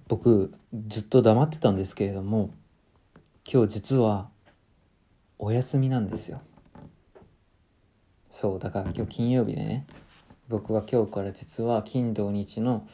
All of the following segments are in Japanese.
僕ずっと黙ってたんですけれども、今日実はお休みなんですよ。そうだから今日金曜日でね、僕は今日から実は金土日の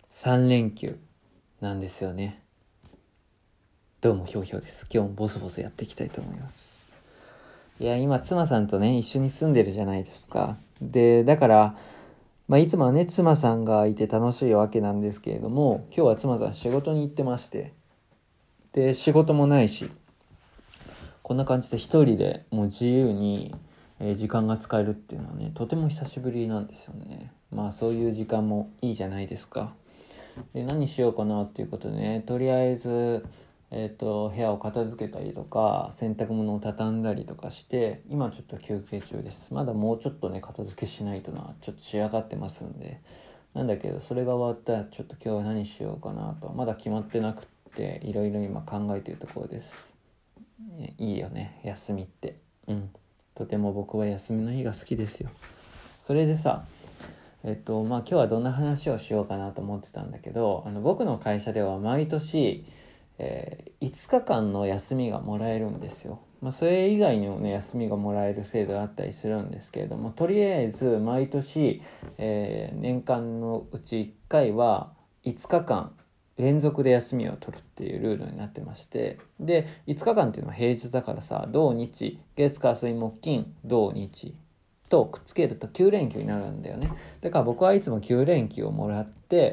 3連休なんですよね。どうもひょうひょうです。今日もボソボソやっていきたいと思います。いや、今妻さんとね一緒に住んでるじゃないですか。でだからいつもはね妻さんがいて楽しいわけなんですけれども、今日は妻さん仕事に行ってまして、で仕事もないし、こんな感じで一人でもう自由に時間が使えるっていうのはね、とても久しぶりなんですよね。そういう時間もいいじゃないですか。で何しようかなっていうことでね、とりあえず部屋を片付けたりとか洗濯物を畳んだりとかして、今ちょっと休憩中です。まだもうちょっとね片付けしないとな、ちょっと仕上がってますんで。なんだけどそれが終わったらちょっと今日は何しようかなとまだ決まってなくって、いろいろ今考えているところです。いいよね休みって。とても僕は休みの日が好きですよ。それでさ、今日はどんな話をしようかなと思ってたんだけど、僕の会社では毎年、5日間の休みがもらえるんですよ。それ以外にもね休みがもらえる制度があったりするんですけれども、とりあえず毎年、年間のうち1回は5日間連続で休みを取るっていうルールになってまして、で5日間っていうのは平日だからさ、土日月火水木金土日とくっつけると9連休になるんだよね。だから僕はいつも9連休をもらって、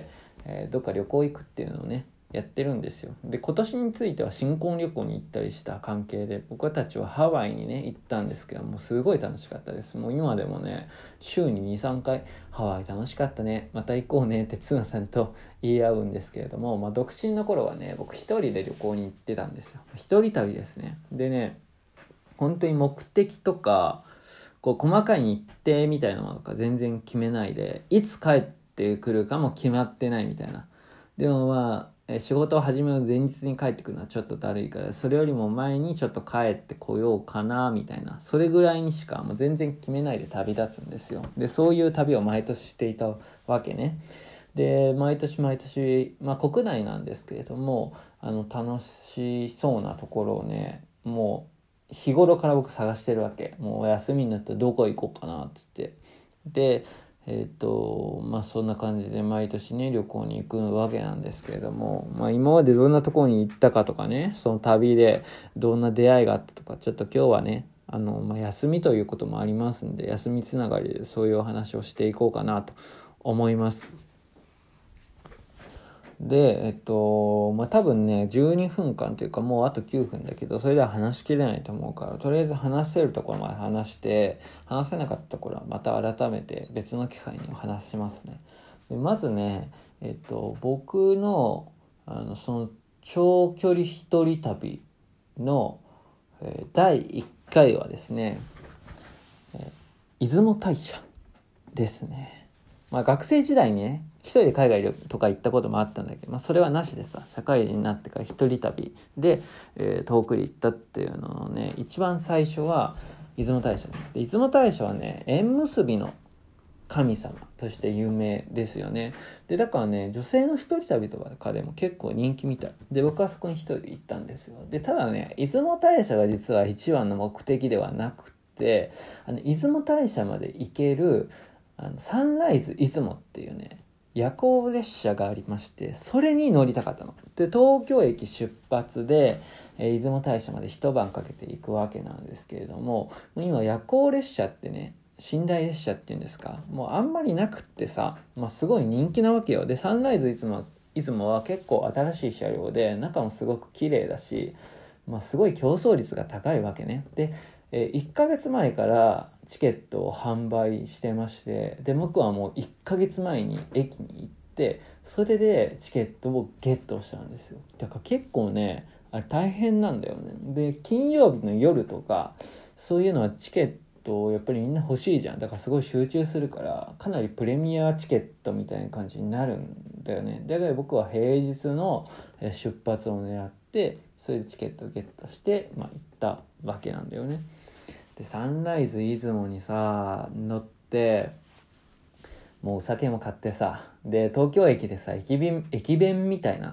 どっか旅行行くっていうのをねやってるんですよ。で今年については新婚旅行に行ったりした関係で、僕たちはハワイにね行ったんですけども、すごい楽しかったです。もう今でもね週に 2,3 回ハワイ楽しかったね、また行こうねって妻さんと言い合うんですけれども、独身の頃はね僕一人で旅行に行ってたんですよ。一人旅ですね。でね、本当に目的とかこう細かい日程みたいなものとか全然決めないで、いつ帰ってくるかも決まってないみたいな。でも仕事を始める前日に帰ってくるのはちょっとだるいから、それよりも前にちょっと帰ってこようかなみたいな、それぐらいにしかもう全然決めないで旅立つんですよ。でそういう旅を毎年していたわけね。で毎年毎年、国内なんですけれども、楽しそうなところをねもう日頃から僕探してるわけ。もう休みになったらどこ行こうかなっつって。でそんな感じで毎年ね旅行に行くわけなんですけれども、今までどんなところに行ったかとかね、その旅でどんな出会いがあったとか、ちょっと今日はね休みということもありますんで、休みつながりでそういうお話をしていこうかなと思います。で多分ね12分間というかもうあと9分だけど、それでは話しきれないと思うから、とりあえず話せるところまで話して、話せなかったところはまた改めて別の機会にお話しますね。でまずね僕のその長距離一人旅の、第1回はですね、出雲大社ですね。学生時代にね一人で海外とか行ったこともあったんだけど、それはなしでさ、社会人になってから一人旅で、遠くに行ったっていうののね、一番最初は出雲大社です。で出雲大社はね縁結びの神様として有名ですよね。でだからね女性の一人旅とかでも結構人気みたいで、僕はそこに一人で行ったんですよ。でただね出雲大社が実は一番の目的ではなくて、出雲大社まで行けるサンライズ出雲っていうね夜行列車がありまして、それに乗りたかったので、東京駅出発で、出雲大社まで一晩かけて行くわけなんですけれども、今夜行列車ってね、寝台列車っていうんですか、もうあんまりなくってさ、すごい人気なわけよ。でサンライズ出雲は結構新しい車両で中もすごく綺麗だし、すごい競争率が高いわけね。で1ヶ月前からチケットを販売してまして、で僕はもう1ヶ月前に駅に行って、それでチケットをゲットしたんですよ。だから結構ねあれ大変なんだよね。で金曜日の夜とかそういうのはチケットをやっぱりみんな欲しいじゃん。だからすごい集中するから、かなりプレミアチケットみたいな感じになるんだよね。だから僕は平日の出発を狙って、それでチケットをゲットして、行ったわけなんだよね。でサンライズ出雲にさ乗って、もうお酒も買ってさ、で東京駅でさ駅弁みたいな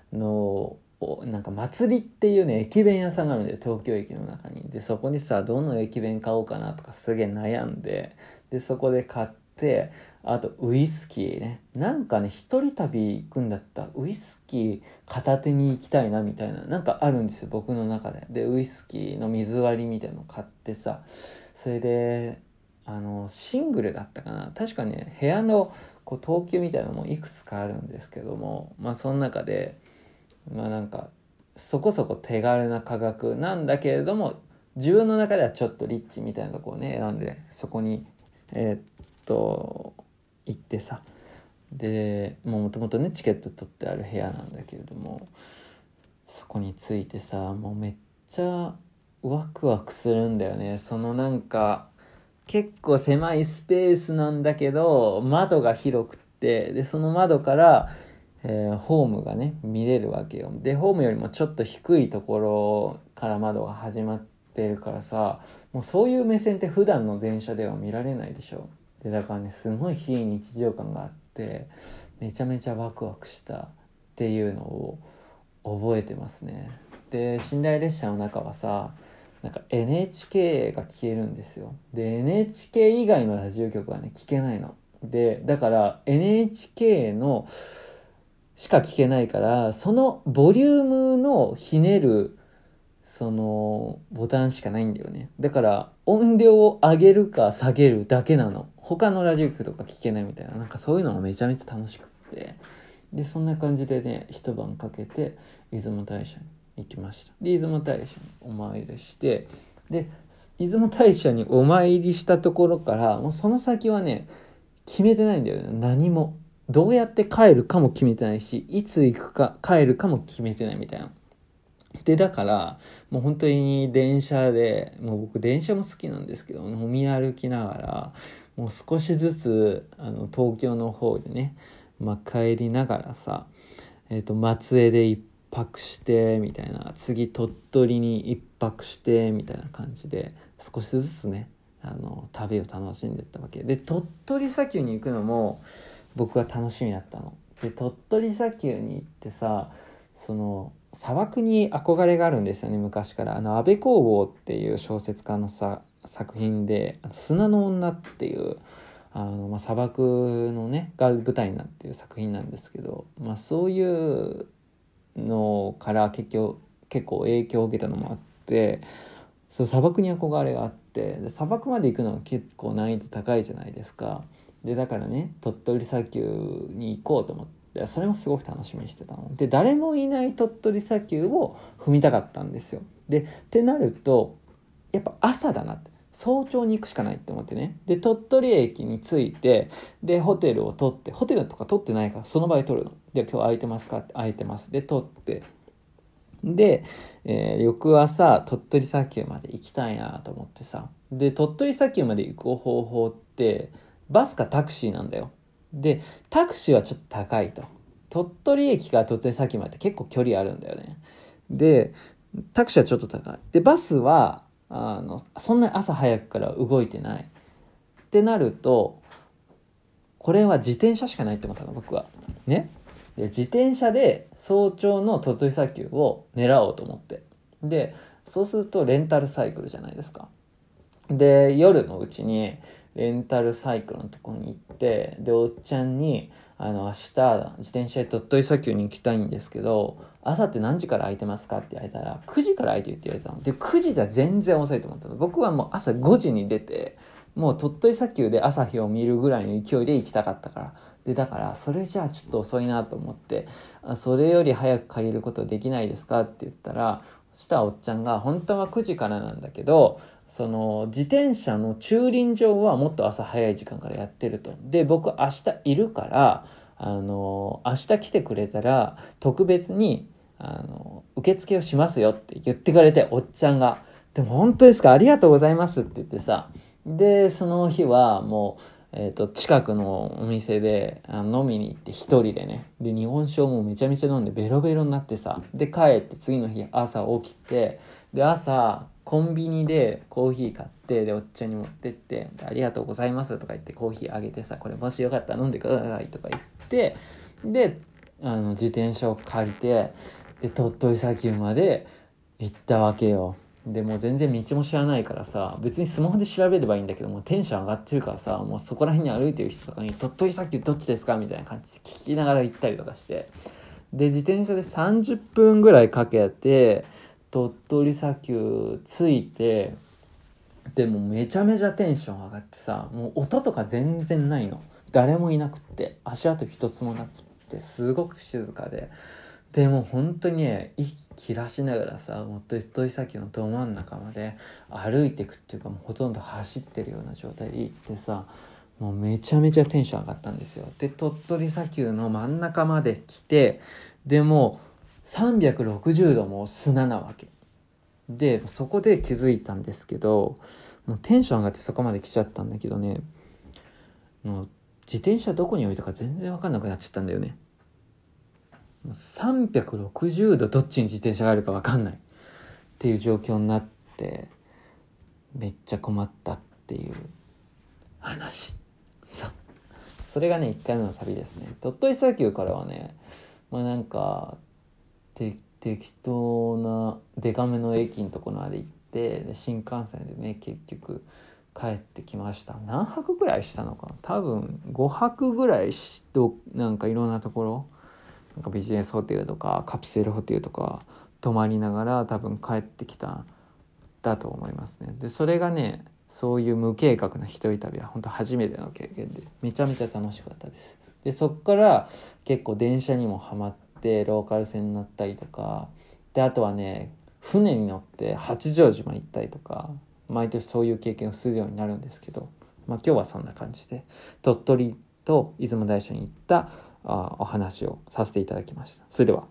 のなんか祭りっていうね駅弁屋さんがあるんだよ、東京駅の中に。でそこにさ、どの駅弁買おうかなとかすげえ悩んで、でそこで買って、あとウイスキーね、なんかね一人旅行くんだったらウイスキー片手に行きたいなみたいな、なんかあるんですよ僕の中で。でウイスキーの水割りみたいなの買ってさ、それでシングルだったかな、確かね部屋のこう等級みたいなのもいくつかあるんですけども、まあその中でなんかそこそこ手軽な価格なんだけれども、自分の中ではちょっとリッチみたいなところをね選んで、そこに行ってさ、でもともとねチケット取ってある部屋なんだけれども、そこに着いてさ、もうめっちゃワクワクするんだよね。そのなんか結構狭いスペースなんだけど窓が広くって、でその窓から、ホームがね見れるわけよ。でホームよりもちょっと低いところから窓が始まってるからさ、もうそういう目線って普段の電車では見られないでしょ。でだからねすごい非日常感があって、めちゃめちゃワクワクしたっていうのを覚えてますね。で寝台列車の中はさ、なんか NHK が消えるんですよ。で NHK 以外のラジオ局はね聞けないので、だから NHK のしか聞けないから、そのボリュームのひねるそのボタンしかないんだよね。だから音量を上げるか下げるだけなの。他のラジオ局とか聞けないみたいな、なんかそういうのがめちゃめちゃ楽しくって、でそんな感じでね一晩かけて出雲大社に行きました。で出雲大社にお参りして、で出雲大社にお参りしたところからもうその先はね決めてないんだよね。何もどうやって帰るかも決めてないし、いつ行くか帰るかも決めてないみたいな。でだからもう本当に電車で、もう僕電車も好きなんですけど飲み歩きながら、もう少しずつ東京の方でね、帰りながらさ、松江で一泊してみたいな、次鳥取に一泊してみたいな感じで少しずつね旅を楽しんでったわけで、鳥取砂丘に行くのも僕は楽しみだったので、鳥取砂丘に行ってさ、その砂漠に憧れがあるんですよね、昔から。安部公房っていう小説家の作品で砂の女っていう砂漠のねが舞台になっている作品なんですけど、そういうのから結構影響を受けたのもあって、そう砂漠に憧れがあって、で砂漠まで行くのは結構難易度高いじゃないですか。でだからね鳥取砂丘に行こうと思って、それもすごく楽しみにしてたので、誰もいない鳥取砂丘を踏みたかったんですよ。でってなるとやっぱ朝だなって、早朝に行くしかないって思ってね。で鳥取駅に着いて、でホテルを取って、ホテルとか取ってないからその場合取るので、今日空いてますかって、空いてます、で取って、で、翌朝鳥取砂丘まで行きたいなと思ってさ、で鳥取砂丘まで行く方法ってバスかタクシーなんだよ。でタクシーはちょっと高いと、鳥取駅から鳥取砂丘まで結構距離あるんだよね。でタクシーはちょっと高いで、バスはそんなに朝早くから動いてないってなると、これは自転車しかないって思ったの僕はね。で自転車で早朝の鳥取砂丘を狙おうと思って、でそうするとレンタルサイクルじゃないですか。で夜のうちにレンタルサイクルのところに行って、でおっちゃんに明日自転車で鳥取砂丘に行きたいんですけど朝って何時から空いてますかって言われたら、9時から空いてるって言われたので、9時じゃ全然遅いと思ったの。僕はもう朝5時に出て、もう鳥取砂丘で朝日を見るぐらいの勢いで行きたかったから。でだからそれじゃあちょっと遅いなと思って、それより早く借りることできないですかって言ったら、そしたらおっちゃんが本当は9時からなんだけど、その自転車の駐輪場はもっと朝早い時間からやってると。で僕明日いるから、明日来てくれたら特別に受付をしますよって言ってくれて、おっちゃんが。でも本当ですか、ありがとうございますって言ってさ、でその日はもう、近くのお店で飲みに行って一人でね、で日本酒をもうめちゃめちゃ飲んでベロベロになってさ、で帰って次の日朝起きて、で朝コンビニでコーヒー買って、でおっちゃんに持ってって、ありがとうございますとか言ってコーヒーあげてさ、これもしよかったら飲んでくださいとか言って、で自転車を借りて、で鳥取砂丘まで行ったわけよ。でもう全然道も知らないからさ、別にスマホで調べればいいんだけど、もうテンション上がってるからさ、もうそこら辺に歩いてる人とかに鳥取砂丘どっちですかみたいな感じで聞きながら行ったりとかして、で自転車で30分ぐらいかけて鳥取砂丘着いて、でもめちゃめちゃテンション上がってさ、もう音とか全然ないの、誰もいなくって足跡一つもなくってすごく静かで、でもう本当にね息切らしながらさ、もう鳥取砂丘のど真ん中まで歩いていくっていうか、もうほとんど走ってるような状態で行ってさ、もうめちゃめちゃテンション上がったんですよ。で鳥取砂丘の真ん中まで来て、でも360度もう砂なわけで、そこで気づいたんですけど、もうテンション上がってそこまで来ちゃったんだけどね、もう自転車どこに置いたか全然分かんなくなっちゃったんだよね。もう360度どっちに自転車があるか分かんないっていう状況になって、めっちゃ困ったっていう話。それがね1回目の旅ですね。鳥取砂丘からはね、なんか適当なデカめの駅のところまで行って、で新幹線でね結局帰ってきました。何泊ぐらいしたのかな、多分5泊ぐらいなんかいろんなところ、なんかビジネスホテルとかカプセルホテルとか泊まりながら多分帰ってきただと思いますね。でそれがね、そういう無計画な一人旅は本当初めての経験で、めちゃめちゃ楽しかったです。でそっから結構電車にもハマってローカル線に乗ったりとかで、あとはね船に乗って八丈島行ったりとか、毎年そういう経験をするようになるんですけど、今日はそんな感じで鳥取と出雲大社に行ったお話をさせていただきました。それでは。